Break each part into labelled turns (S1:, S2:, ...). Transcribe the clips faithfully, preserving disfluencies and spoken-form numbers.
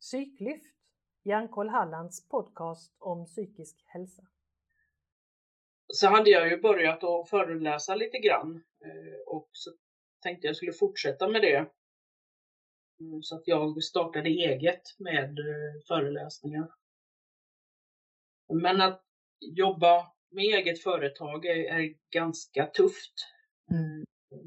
S1: Psyklyft, Hjärnkoll Hallands podcast om psykisk hälsa.
S2: Så hade jag ju börjat att föreläsa lite grann och så tänkte jag skulle fortsätta med det. Så att jag startade eget med föreläsningar. Men att jobba med eget företag är, är ganska tufft.
S1: Mm.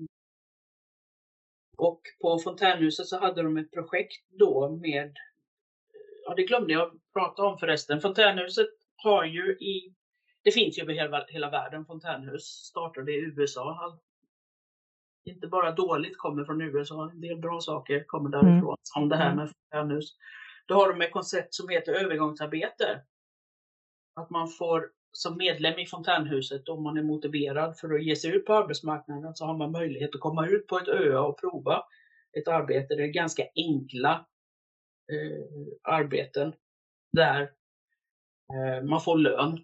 S2: Och på Fontänhuset så hade de ett projekt då med, ja det glömde jag prata om förresten. Fontänhuset har ju i, det finns ju över hela, hela världen. Fontänhus startade i U S A. Inte bara dåligt kommer från U S A, en del bra saker kommer därifrån. Mm. Som det här med Fontänhus. Då har de ett koncept som heter övergångsarbete. Att man får som medlem i Fontänhuset, om man är motiverad för att ge sig ut på arbetsmarknaden, så har man möjlighet att komma ut på ett ö och prova ett arbete. Det är ganska enkla eh, arbeten där eh, man får lön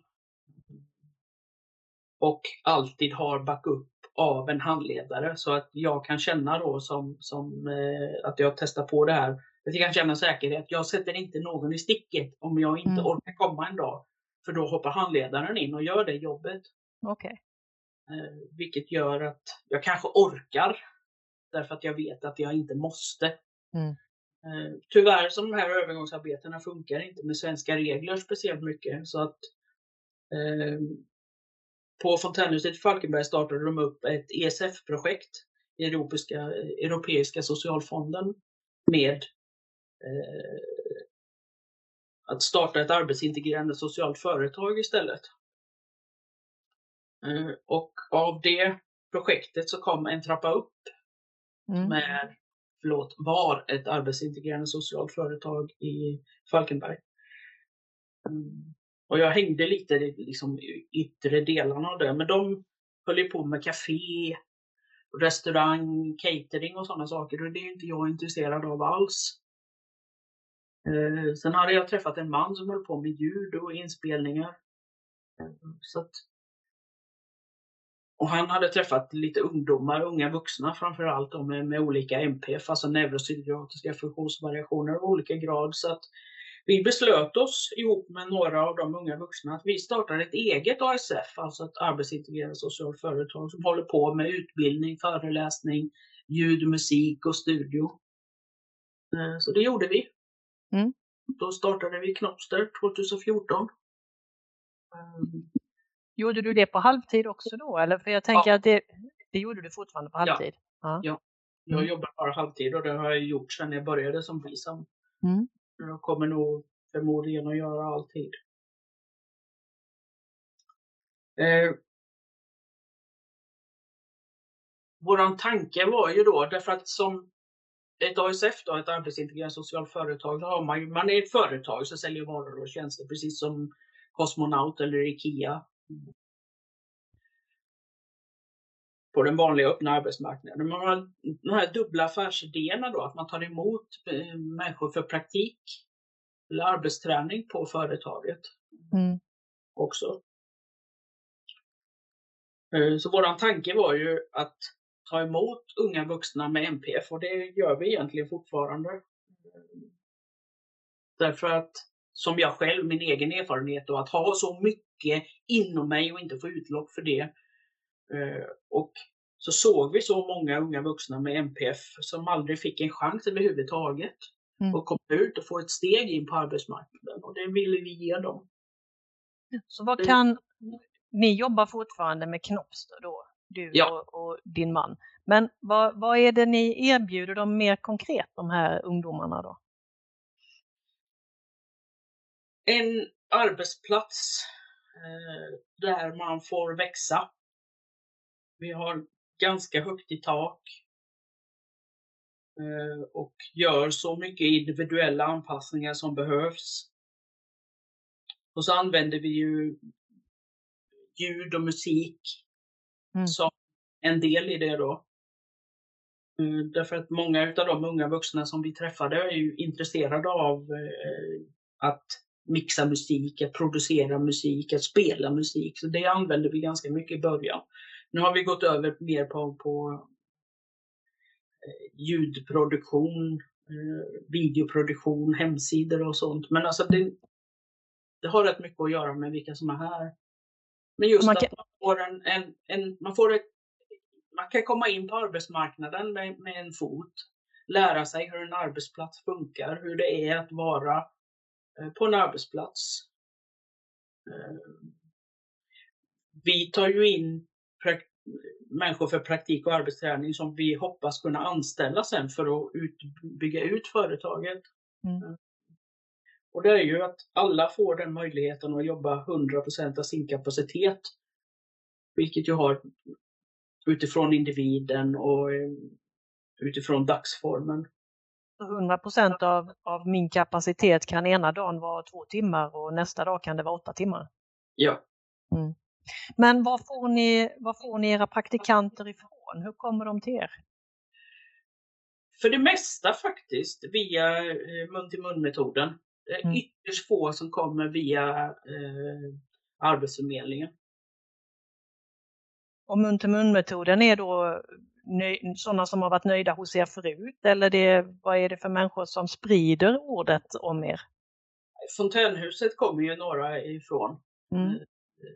S2: och alltid har backup av en handledare, så att jag kan känna då som, som eh, att jag testar på det här. Att jag kan känna säkerhet. Jag sätter inte någon i sticket om jag inte mm. orkar komma en dag. För då hoppar handledaren in och gör det jobbet.
S1: Okej.
S2: Okay. Eh, vilket gör att jag kanske orkar. Därför att jag vet att jag inte måste.
S1: Mm.
S2: Eh, tyvärr som de här övergångsarbetena funkar inte med svenska regler speciellt mycket. Så att eh, på Fontänhuset i Falkenberg startade de upp ett E S F-projekt. Europeiska, Europeiska socialfonden. Med eh, att starta ett arbetsintegrerande socialt företag istället. Och av det projektet så kom en trappa upp mm. med, förlåt, var ett arbetsintegrerande socialt företag i Falkenberg. Och jag hängde lite i liksom, yttre delarna av det, men de höll ju på med café, restaurang, catering och sådana saker, och det är inte jag intresserad av alls. Eh, sen hade jag träffat en man som höll på med ljud och inspelningar. Eh, så att, och han hade träffat lite ungdomar, unga vuxna framförallt då, med, med olika M P F, alltså neuropsykiatriska funktionsvariationer av olika grad. Så att vi beslöt oss ihop med några av de unga vuxna att vi startar ett eget A S F, alltså ett arbetsintegrerat socialt företag som håller på med utbildning, föreläsning, ljud, musik och studio. Eh, så det gjorde vi.
S1: Mm.
S2: Då startade vi Knoppster tjugohundrafjorton.
S1: Um, gjorde du det på halvtid också då? Eller? För jag tänker
S2: ja.
S1: att det, det gjorde du fortfarande på halvtid.
S2: Ja, ja. jag mm. jobbar bara halvtid och det har jag gjort sedan jag började som bisam.
S1: Mm.
S2: Jag kommer nog förmodligen att göra alltid. Eh, våran tanke var ju då, därför att som ett A S F då, ett arbetsintegrerat socialt företag, då har man ju, man är ett företag som säljer varor och tjänster precis som Cosmonaut eller IKEA på den vanliga öppna arbetsmarknaden. Man har de här dubbla affärsidéerna då, att man tar emot människor för praktik eller arbetsträning på företaget
S1: mm.
S2: också. Så våran tanke var ju att ta emot unga vuxna med M P F, och det gör vi egentligen fortfarande. Därför att, som jag själv, min egen erfarenhet då, att ha så mycket inom mig och inte få utlopp för det. Och så såg vi så många unga vuxna med M P F som aldrig fick en chans överhuvudtaget
S1: mm.
S2: att komma ut och få ett steg in på arbetsmarknaden, och det ville vi ge dem.
S1: Så vad kan, ni jobbar fortfarande med Knoppster då, du
S2: ja.
S1: och, och din man. Men vad, vad är det ni erbjuder dem mer konkret, de här ungdomarna då?
S2: En arbetsplats eh, där man får växa. Vi har ganska högt i tak eh, och gör så mycket individuella anpassningar som behövs. Och så använder vi ju ljud och musik mm. som en del i det då. Mm, därför att många av de unga vuxna som vi träffade är ju intresserade av eh, att mixa musik, att producera musik, att spela musik. Så det använder vi ganska mycket i början. Nu har vi gått över mer på, på eh, ljudproduktion eh, videoproduktion, hemsidor och sånt. Men alltså det, det har rätt mycket att göra med vilka som är här. Men just
S1: Man kan,
S2: att man får en, en, en man får ett, man kan komma in på arbetsmarknaden med, med en fot. Lära sig hur en arbetsplats funkar, hur det är att vara eh, på en arbetsplats. Eh, vi tar ju in prak- människor för praktik och arbetsträning som vi hoppas kunna anställa sen för att ut, bygga ut företaget.
S1: mm.
S2: Och det är ju att alla får den möjligheten att jobba hundra procent av sin kapacitet. Vilket ju har utifrån individen och eh, utifrån dagsformen.
S1: hundra procent av, av min kapacitet kan ena dagen vara två timmar och nästa dag kan det vara åtta timmar.
S2: Ja.
S1: Mm. Men var får, ni, var får ni era praktikanter ifrån? Hur kommer de till er?
S2: För det mesta faktiskt via eh, mun-till-mun-metoden. Det är
S1: Mm.
S2: ytterst få som kommer via eh, Arbetsförmedlingen.
S1: Och mun-till-mun-metoden är då nöj, sådana som har varit nöjda hos er förut? Eller det, vad är det för människor som sprider ordet om er?
S2: Fontänhuset kommer ju några ifrån.
S1: Mm.
S2: Eh,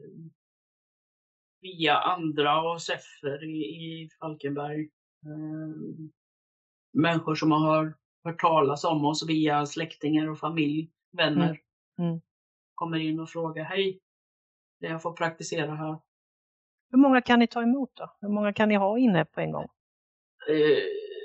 S2: via andra A S F-er i, i Falkenberg. Eh, människor som har hört talas om oss via släktingar och familj, vänner.
S1: Mm. Mm.
S2: Kommer in och frågar, hej, jag får praktisera här.
S1: Hur många kan ni ta emot då? Hur många kan ni ha inne på en gång?
S2: Eh,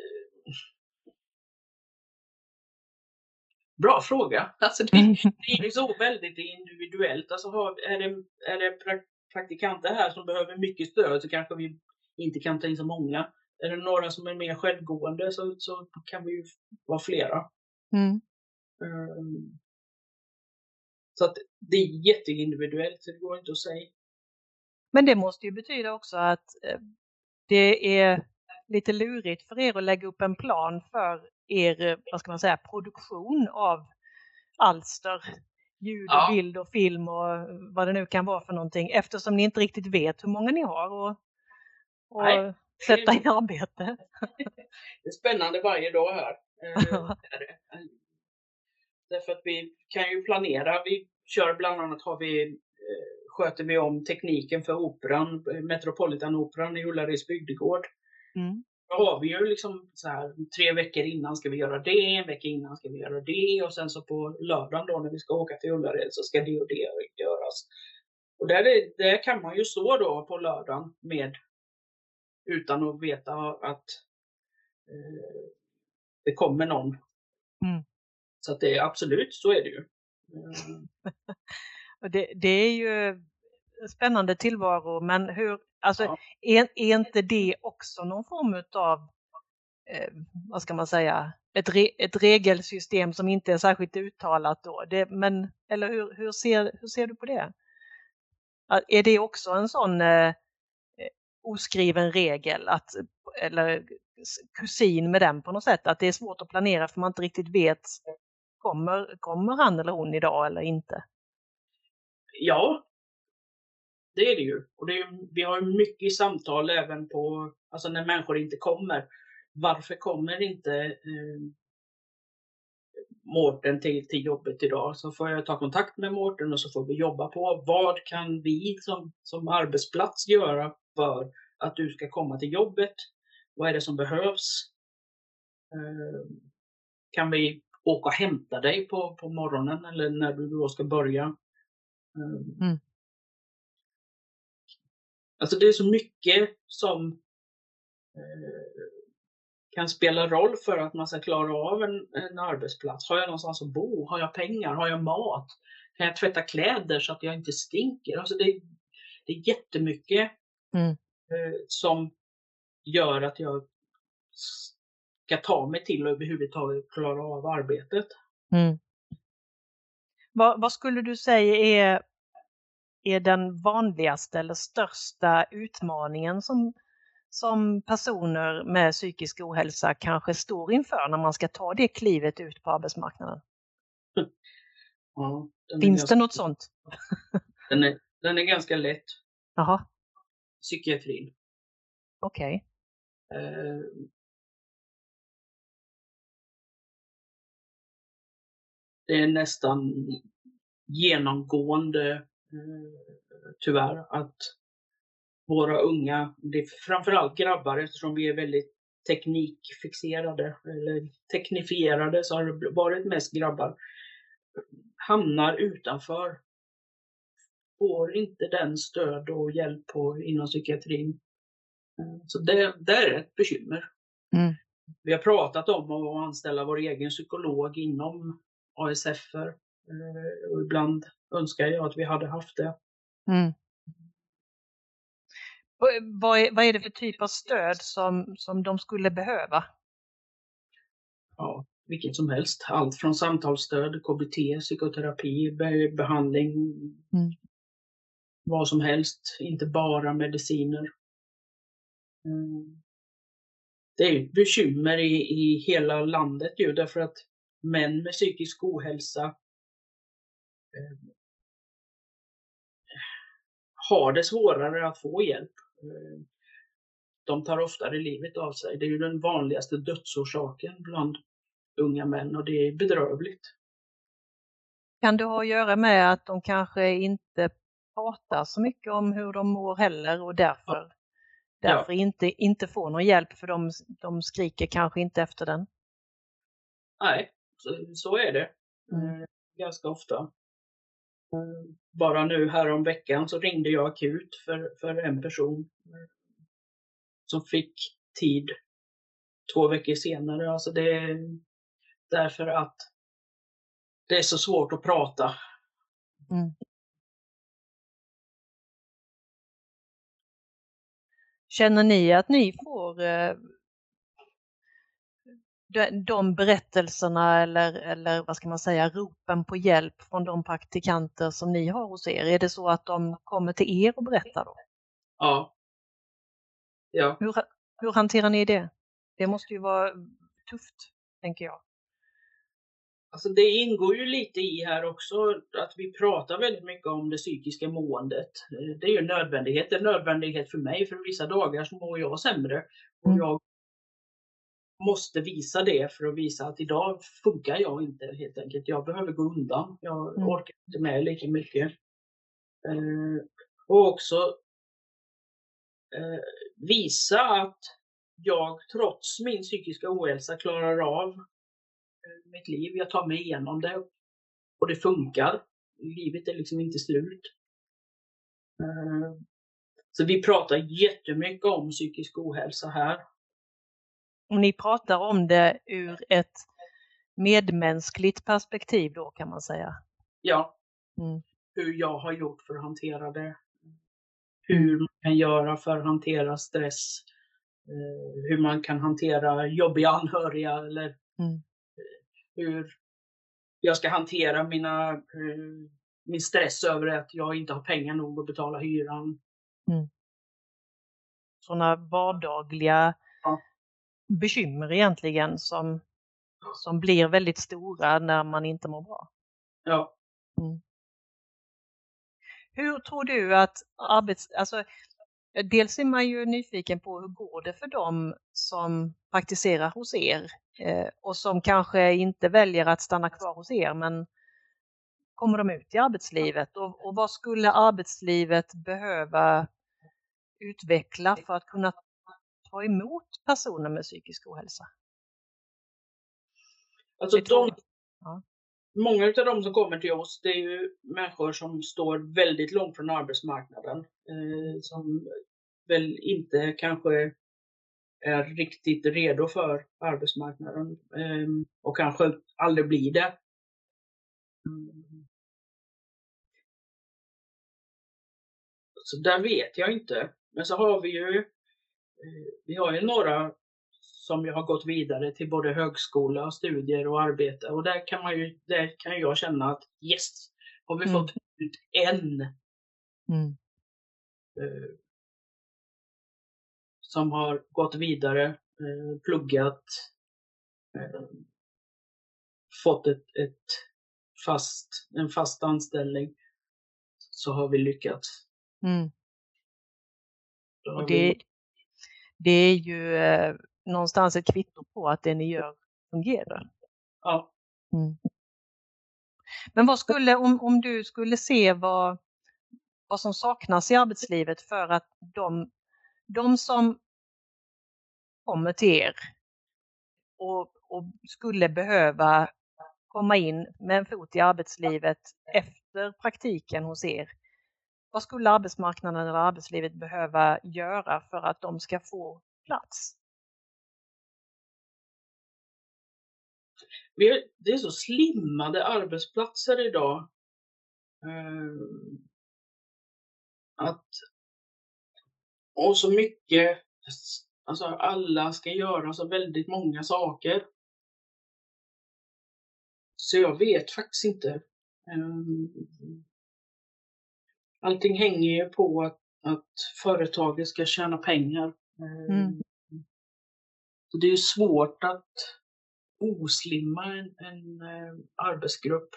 S2: bra fråga. Alltså det, det är så väldigt individuellt. Alltså har, är det, är det pra- praktikanter här som behöver mycket stöd så kanske vi inte kan ta in så många. Är det några som är mer självgående så, så kan vi ju vara flera.
S1: Mm.
S2: Um, så att det är jätteindividuellt, så det går inte att säga.
S1: Men det måste ju betyda också att eh, det är lite lurigt för er att lägga upp en plan för er, vad ska man säga, produktion av alster, ljud och
S2: Ja.
S1: bild och film och vad det nu kan vara för någonting, eftersom ni inte riktigt vet hur många ni har och, och
S2: Nej,
S1: sätta i arbete.
S2: det är spännande varje dag här. Eh, är det. Därför att vi kan ju planera. Vi kör bland annat har vi eh, sköter vi om tekniken för operan, Metropolitanoperan i Ullareds bygdegård.
S1: Mm.
S2: Då har vi ju liksom så här, tre veckor innan ska vi göra det, en vecka innan ska vi göra det och sen så på lördagen då när vi ska åka till Ullared så ska det och det göras. Och där, är, där kan man ju stå då på lördagen med utan att veta att eh, det kommer någon.
S1: Mm.
S2: Så att det är absolut, så är det ju. Mm.
S1: Och det, det är ju spännande tillvaro, men hur, alltså,
S2: Ja.
S1: är, är inte det också någon form av, eh, vad ska man säga, ett, re, ett regelsystem som inte är särskilt uttalat då? Det, men, eller hur, hur, ser, hur ser du på det? Är det också en sån eh, oskriven regel, att, eller kusin med den på något sätt, att det är svårt att planera för man inte riktigt vet, kommer, kommer han eller hon idag eller inte?
S2: Ja, det är det ju. Och det är, vi har ju mycket samtal även på, alltså när människor inte kommer. Varför kommer inte eh, Mårten till, till jobbet idag? Så får jag ta kontakt med Mårten och så får vi jobba på vad kan vi som, som arbetsplats göra för att du ska komma till jobbet? Vad är det som behövs? Eh, kan vi åka och hämta dig på, på morgonen eller när du då ska börja? Eh,
S1: Mm.
S2: Alltså det är så mycket som eh, kan spela roll för att man ska klara av en, en arbetsplats. Har jag någonstans att bo? Har jag pengar? Har jag mat? Kan jag tvätta kläder så att jag inte stinker? Alltså det, det är jättemycket
S1: Mm.
S2: eh, som gör att jag ska ta mig till och överhuvudtaget klara av arbetet.
S1: Mm. Vad, vad skulle du säga är, är den vanligaste eller största utmaningen som, som personer med psykisk ohälsa kanske står inför när man ska ta det klivet ut på arbetsmarknaden?
S2: Ja, den
S1: Finns
S2: ganska,
S1: det något sånt?
S2: Den är, den är ganska lätt.
S1: Jaha,
S2: Psykiatrin.
S1: okej.
S2: Eh, det är nästan genomgående eh, tyvärr att våra unga, det är framförallt grabbar eftersom vi är väldigt teknikfixerade eller teknifierade, så har det varit mest grabbar, hamnar utanför, får inte den stöd och hjälp på, inom psykiatrin. Så det, det är ett bekymmer.
S1: Mm.
S2: Vi har pratat om att anställa vår egen psykolog inom A S F och ibland önskar jag att vi hade haft det.
S1: Mm. Vad är, vad är det för typ av stöd som, som de skulle behöva?
S2: Ja, vilket som helst. Allt från samtalsstöd, K B T, psykoterapi, be- behandling,
S1: Mm.
S2: vad som helst. Inte bara mediciner. Mm. Det är ett bekymmer i, i hela landet ju, därför att män med psykisk ohälsa eh, har det svårare att få hjälp. Eh, de tar oftare livet av sig. Det är ju den vanligaste dödsorsaken bland unga män och det är bedrövligt.
S1: Kan det ha att göra med att de kanske inte pratar så mycket om hur de mår heller och därför,
S2: Ja.
S1: därför inte, inte får någon hjälp för de, de skriker kanske inte efter den?
S2: Nej, så, så är det.
S1: Mm.
S2: Eh, ganska ofta. Eh, bara nu här om veckan så ringde jag akut för, för en person eh, som fick tid två veckor senare. Alltså det är därför att det är så svårt att prata.
S1: Mm. Känner ni att ni får eh, de, de berättelserna eller, eller vad ska man säga, ropen på hjälp från de praktikanter som ni har hos er? Är det så att de kommer till er och berättar då?
S2: Ja. Ja.
S1: Hur, hur hanterar ni det? Det måste ju vara tufft, tänker jag.
S2: Alltså det ingår ju lite i här också att vi pratar väldigt mycket om det psykiska måendet. Eh, Det är ju en nödvändighet. Det är en nödvändighet för mig, för vissa dagar så mår jag sämre. Och
S1: Mm.
S2: jag måste visa det för att visa att idag funkar jag inte helt enkelt. Jag behöver gå undan. Jag
S1: Mm.
S2: orkar inte med lika mycket. Eh, och också eh, visa att jag trots min psykiska ohälsa klarar av eh, mitt liv. Jag tar mig igenom det och det funkar. Livet är liksom inte slut. Eh, så vi pratar jättemycket om psykisk ohälsa här.
S1: Och ni pratar om det ur ett medmänskligt perspektiv då, kan man säga.
S2: Ja,
S1: Mm.
S2: hur jag har gjort för att hantera det. Hur man kan göra för att hantera stress. Eh, hur man kan hantera jobbiga anhöriga eller
S1: Mm.
S2: hur jag ska hantera mina, eh, min stress över att jag inte har pengar nog att betala hyran.
S1: Mm. Sådana vardagliga
S2: Ja.
S1: bekymmer egentligen som, som blir väldigt stora när man inte mår bra.
S2: Ja.
S1: Mm. Hur tror du att arbets... Alltså, dels är man ju nyfiken på hur går det för dem som praktiserar hos er eh, och som kanske inte väljer att stanna kvar hos er, men kommer de ut i arbetslivet och, och vad skulle arbetslivet behöva utveckla för att kunna ta emot personer med psykisk ohälsa?
S2: Alltså
S1: Det tror
S2: de,
S1: jag. Ja.
S2: många av de som kommer till oss, det är ju människor som står väldigt långt från arbetsmarknaden. Eh, som väl inte kanske är riktigt redo för arbetsmarknaden. Eh, och kanske aldrig blir det. Mm. Så där vet jag inte. Men så har vi ju, eh, vi har ju några som jag har gått vidare till både högskola, studier och arbete. Och där kan man ju, där kan jag känna att yes, har vi
S1: Mm.
S2: fått ut en
S1: Mm.
S2: eh, som har gått vidare, eh, pluggat, eh, fått ett, ett fast, en fast anställning, så har vi lyckats.
S1: Mm.
S2: Då har
S1: Och
S2: vi,
S1: det, det är ju eh, någonstans ett kvitto på att det ni gör fungerar.
S2: ja.
S1: Mm. Men vad skulle, om, om du skulle se vad, vad som saknas i arbetslivet för att de, de som kommer till er och, och skulle behöva komma in med en fot i arbetslivet efter praktiken hos er. Vad skulle arbetsmarknaden eller arbetslivet behöva göra för att de ska få plats?
S2: Det är så slimmade arbetsplatser idag. Att och så mycket, alltså alla ska göra så väldigt många saker. Så jag vet faktiskt inte. Allting hänger ju på att, att företaget ska tjäna pengar.
S1: Mm.
S2: Så det är svårt att oslimma en, en arbetsgrupp.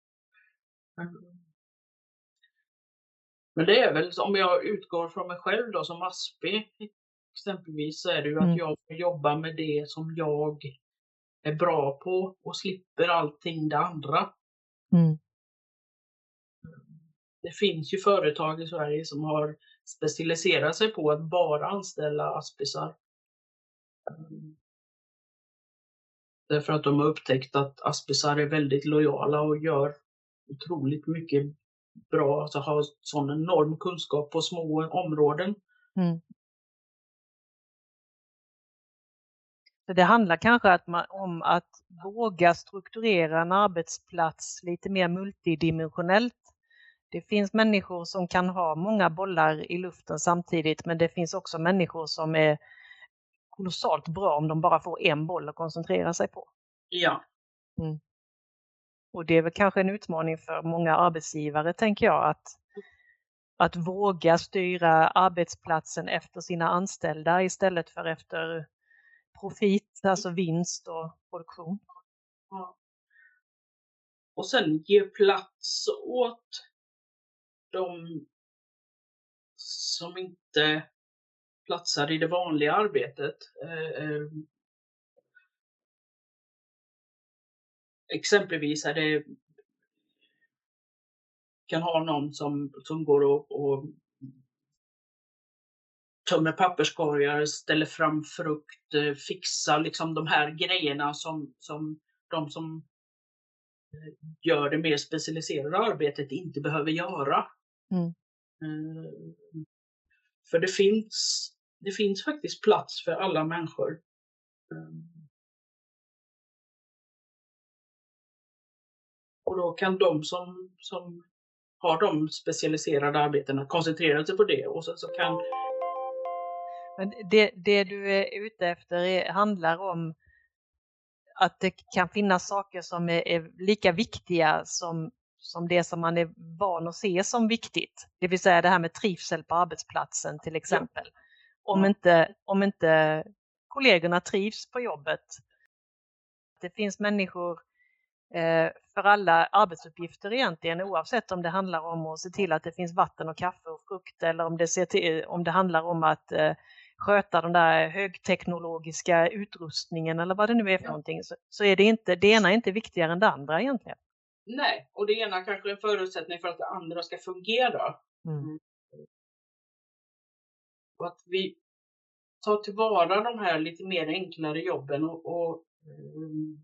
S2: Men det är väl, om jag utgår från mig själv då som Aspi exempelvis, så är det ju
S1: Mm.
S2: att jag får jobba med det som jag är bra på och slipper allting det andra.
S1: Mm.
S2: Det finns ju företag i Sverige som har specialiserat sig på att bara anställa aspisar. Därför att de har upptäckt att aspisar är väldigt lojala och gör otroligt mycket bra, alltså har sån enorm kunskap på små områden.
S1: Mm. Så det handlar kanske att man, om att våga strukturera en arbetsplats lite mer multidimensionellt. Det finns människor som kan ha många bollar i luften samtidigt, men det finns också människor som är kolossalt bra om de bara får en boll att koncentrera sig på.
S2: Ja.
S1: Mm. Och det är väl kanske en utmaning för många arbetsgivare, tänker jag, att, att våga styra arbetsplatsen efter sina anställda istället för efter profit, alltså vinst och produktion.
S2: Ja. Och sen ge plats åt de som inte platsar i det vanliga arbetet. Eh, exempelvis är det kan ha någon som, som går och, och tömmer papperskorgar, ställer fram frukt, fixar liksom de här grejerna som, som de som gör det mer specialiserade arbetet inte behöver göra.
S1: Mm.
S2: För det finns, det finns faktiskt plats för alla människor. Och då kan de som, som har de specialiserade arbetena koncentrera sig på det. Och så, så kan...
S1: Men det, det du är ute efter är, handlar om att det kan finnas saker som är, är lika viktiga som, som det som man är van att se som viktigt. Det vill säga det här med trivsel på arbetsplatsen till exempel. Ja. Om,
S2: Ja.
S1: inte, om inte kollegorna trivs på jobbet. Det finns människor eh, för alla arbetsuppgifter egentligen, oavsett om det handlar om att se till att det finns vatten och kaffe och frukt, eller om det, ser till, om det handlar om att eh, sköta den där högteknologiska utrustningen eller vad det nu är för ja. någonting, så, så är det inte, det ena är inte viktigare än det andra egentligen.
S2: Nej, och det ena kanske är en förutsättning för att det andra ska fungera.
S1: Mm.
S2: Och att vi tar tillvara de här lite mer enklare jobben och, och um,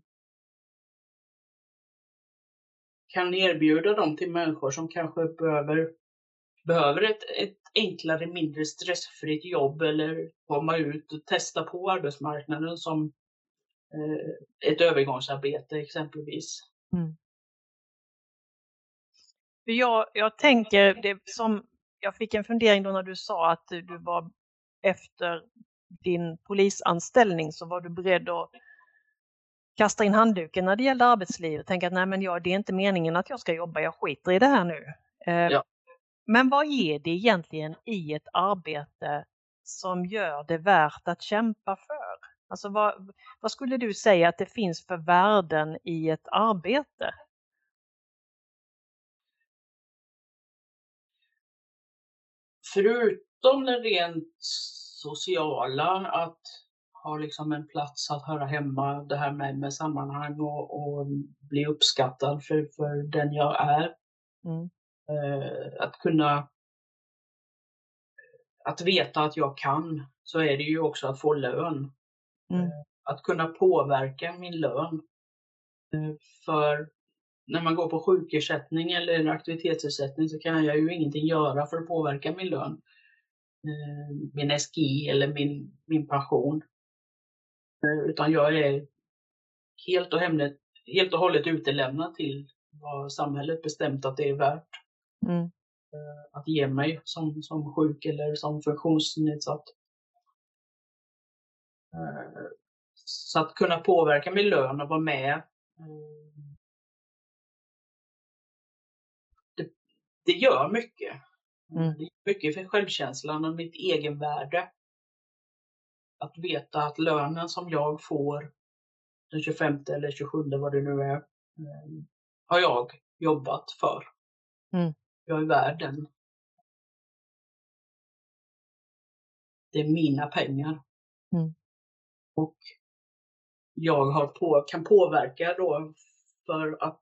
S2: kan erbjuda dem till människor som kanske behöver, behöver ett, ett enklare, mindre stressfritt jobb, eller komma ut och testa på arbetsmarknaden som eh, ett övergångsarbete exempelvis.
S1: Mm. Jag, jag tänker, det som jag fick en fundering då när du sa att du var efter din polisanställning så var du beredd att kasta in handduken när det gällde arbetslivet. Tänka att nej, men jag, det är inte meningen att jag ska jobba, jag skiter i det här nu. Eh,
S2: ja.
S1: Men vad är det egentligen i ett arbete som gör det värt att kämpa för? Alltså vad, vad skulle du säga att det finns för värden i ett arbete?
S2: Förutom det rent sociala, att har liksom en plats att höra hemma, det här med, med sammanhang och, och bli uppskattad för, för den jag är.
S1: Mm.
S2: Eh, att kunna, att veta att jag kan, så är det ju också att få lön.
S1: Mm.
S2: Eh, att kunna påverka min lön. Eh, för när man går på sjukersättning eller aktivitetsersättning så kan jag ju ingenting göra för att påverka min lön. Eh, min S G I eller min, min pension. Eh, utan jag är helt och, hemlet, helt och hållet utelämnad till vad samhället bestämt att det är värt.
S1: Mm.
S2: Att ge mig som, som sjuk eller som funktionsnedsatt. Så att kunna påverka min lön och vara med. Det, det gör mycket.
S1: Mm.
S2: Det är mycket för självkänslan och mitt egenvärde. Att veta att lönen som jag får den tjugofemte eller tjugosjunde, vad det nu är, har jag jobbat för.
S1: Mm.
S2: Jag är värd den. Det är mina pengar.
S1: Mm.
S2: Och jag har på, kan påverka då för att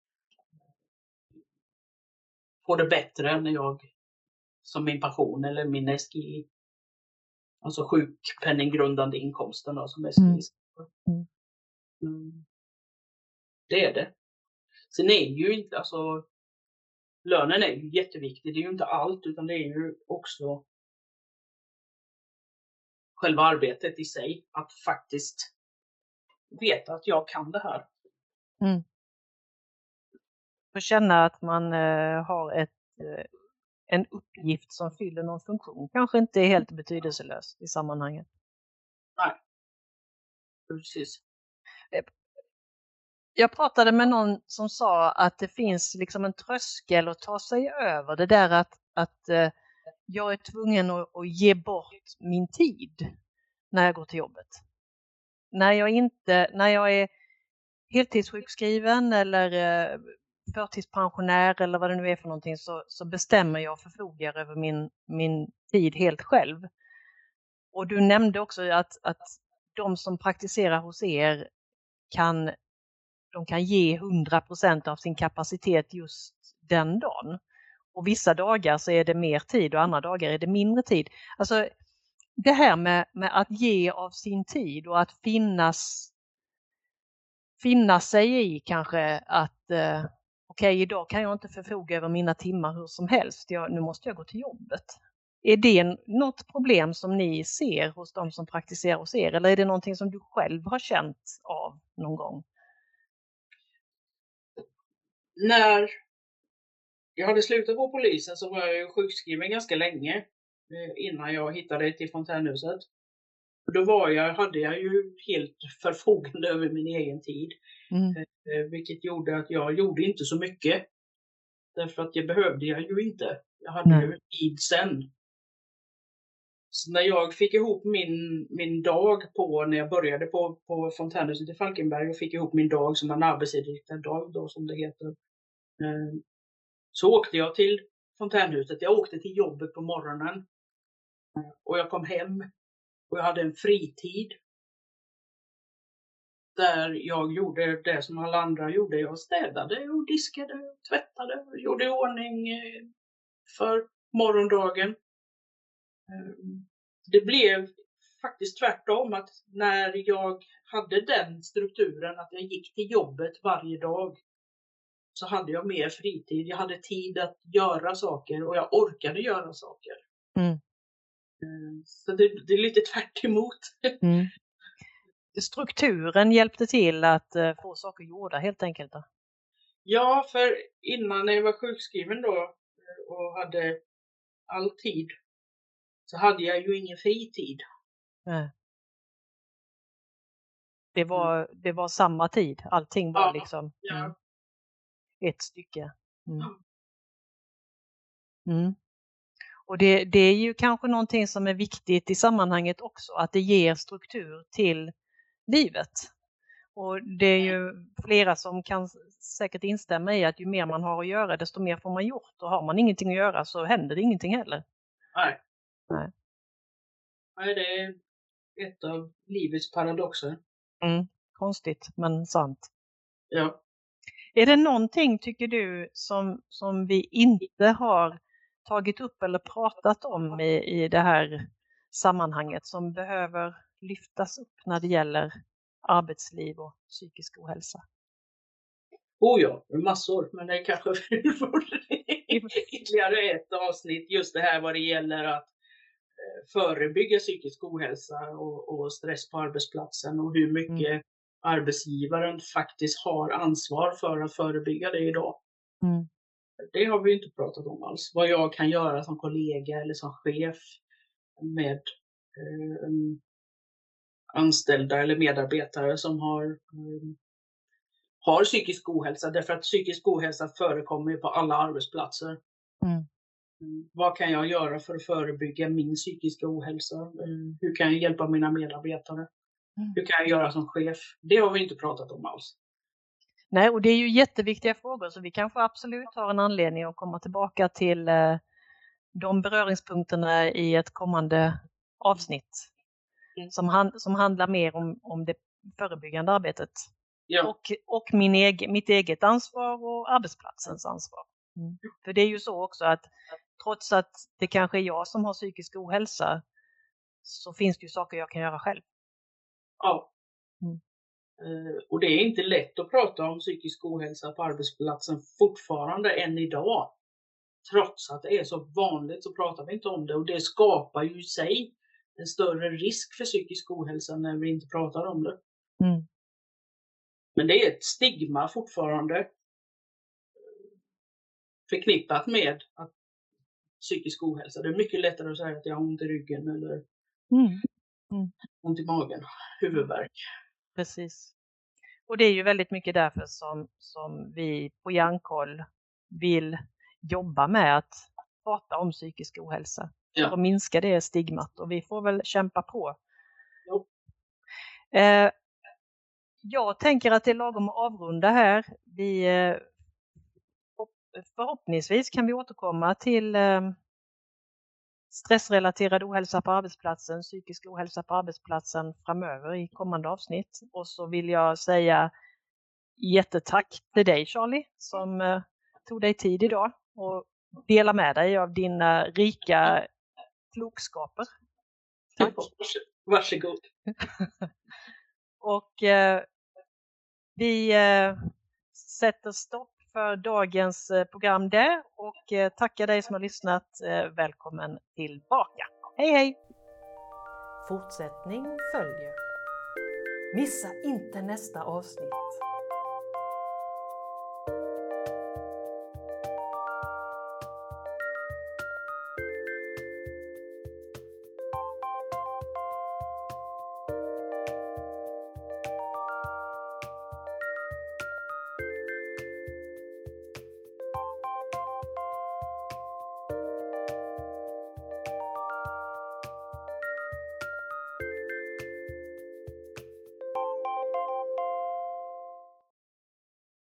S2: få det bättre när jag, som min pension eller min S G I, alltså sjukpenninggrundande inkomsten då, som S G I.
S1: Mm.
S2: Mm. Det är det. Sen är ju inte, alltså lönen är ju jätteviktig, det är ju inte allt, utan det är ju också själva arbetet i sig, att faktiskt veta att jag kan det här.
S1: Mm. Och känna att man eh, har ett, eh, en uppgift som fyller någon funktion. Kanske inte är helt betydelselös i sammanhanget.
S2: Nej, precis.
S1: Jag pratade med någon som sa att det finns liksom en tröskel att ta sig över. Det där att, att eh, jag är tvungen att, att ge bort min tid när jag går till jobbet. När jag, inte, när jag är heltidssjukskriven eller eh, förtidspensionär eller vad det nu är för någonting, så, så bestämmer jag och förfogar över min, min tid helt själv. Och du nämnde också att, att de som praktiserar hos er kan, de kan ge hundra procent av sin kapacitet just den dagen. Och vissa dagar så är det mer tid och andra dagar är det mindre tid. Alltså det här med, med att ge av sin tid och att finnas finna sig i kanske att eh, okej, okay, idag kan jag inte förfoga över mina timmar hur som helst. Jag, nu måste jag gå till jobbet. Är det något problem som ni ser hos de som praktiserar hos er, eller är det någonting som du själv har känt av någon gång?
S2: När jag hade slutat på polisen så var jag ju sjukskriven ganska länge eh, innan jag hittade till fontänhuset. Då var jag, hade jag ju helt förfogande över min egen tid.
S1: Mm.
S2: Eh, vilket gjorde att jag gjorde inte så mycket. Därför att det behövde jag ju inte. Jag hade
S1: Nej.
S2: ju tid sen. Så när jag fick ihop min, min dag på, när jag började på, på fontänhuset i Falkenberg och fick ihop min dag som en arbetsinriktad dag då, som det heter. Eh, så åkte jag till fontänhuset. Jag åkte till jobbet på morgonen. Och jag kom hem. Och jag hade en fritid. Där jag gjorde det som alla andra gjorde. Jag städade och diskade och tvättade och gjorde i ordning för morgondagen. Det blev faktiskt tvärtom, att när jag hade den strukturen att jag gick till jobbet varje dag, så hade jag mer fritid. Jag hade tid att göra saker och jag orkade göra saker.
S1: Mm.
S2: Så det, det är lite tvärt emot.
S1: Mm. Strukturen hjälpte till att uh, få saker gjorda helt enkelt då?
S2: Ja, för innan jag var sjukskriven då och hade all tid, så hade jag ju ingen fritid.
S1: Nej. Det var, det var samma tid, allting var
S2: ja,
S1: liksom
S2: ja.
S1: Mm, ett stycke. Mm. Mm. Och det, det är ju kanske någonting som är viktigt i sammanhanget också, att det ger struktur till livet. Och det är ju flera som kan säkert instämma i att ju mer man har att göra, desto mer får man gjort. Och har man ingenting att göra så händer det ingenting heller.
S2: Nej.
S1: Nej.
S2: Nej, det, ett av livets paradoxer.
S1: Mm, konstigt, men sant.
S2: Ja.
S1: Är det någonting, tycker du, som, som vi inte har tagit upp eller pratat om i, i det här sammanhanget som behöver lyftas upp när det gäller arbetsliv och psykisk ohälsa?
S2: Oh ja, massor, men det är kanske ytterligare ett avsnitt, just det här vad det gäller att förebygga psykisk ohälsa och, och stress på arbetsplatsen och hur mycket mm. arbetsgivaren faktiskt har ansvar för att förebygga det idag.
S1: Mm.
S2: Det har vi inte pratat om alls. Vad jag kan göra som kollega eller som chef med eh, anställda eller medarbetare som har, eh, har psykisk ohälsa. Därför att psykisk ohälsa förekommer på alla arbetsplatser.
S1: Mm.
S2: Vad kan jag göra för att förebygga min psykiska ohälsa? Hur kan jag hjälpa mina medarbetare? Mm. Hur kan jag göra som chef? Det har vi inte pratat om alls.
S1: Nej, och det är ju jätteviktiga frågor, så vi kanske absolut har en anledning att komma tillbaka till eh, de beröringspunkterna i ett kommande avsnitt mm. som, han, som handlar mer om, om det förebyggande arbetet.
S2: Ja.
S1: Och, och min egen, mitt eget ansvar och arbetsplatsens ansvar. Mm. För det är ju så också att trots att det kanske är jag som har psykisk ohälsa, så finns det ju saker jag kan göra själv.
S2: Ja. Mm. Uh, och det är inte lätt att prata om psykisk ohälsa på arbetsplatsen fortfarande än idag. Trots att det är så vanligt så pratar vi inte om det. Och det skapar ju i sig en större risk för psykisk ohälsa när vi inte pratar om det.
S1: Mm.
S2: Men det är ett stigma fortfarande förknippat med att psykisk ohälsa. Det är mycket lättare att säga att jag har ont i ryggen eller
S1: mm. Mm.
S2: ont i magen, huvudvärk.
S1: Precis. Och det är ju väldigt mycket därför som, som vi på Hjärnkoll vill jobba med att prata om psykisk ohälsa.
S2: Ja.
S1: För att minska det stigmat, och vi får väl kämpa på.
S2: Jo.
S1: Eh, jag tänker att det är lagom att avrunda här. Vi, eh, förhoppningsvis kan vi återkomma till eh, stressrelaterad ohälsa på arbetsplatsen, psykisk ohälsa på arbetsplatsen framöver i kommande avsnitt. Och så vill jag säga jättetack till dig, Charlie, som eh, tog dig tid idag och dela med dig av dina rika klokskaper.
S2: Tack. Varsågod.
S1: Och eh, vi eh, sätter stopp för dagens eh, program där och eh, tackar dig som har lyssnat. Eh, välkommen tillbaka. Hej hej! Fortsättning följer. Missa inte nästa avsnitt.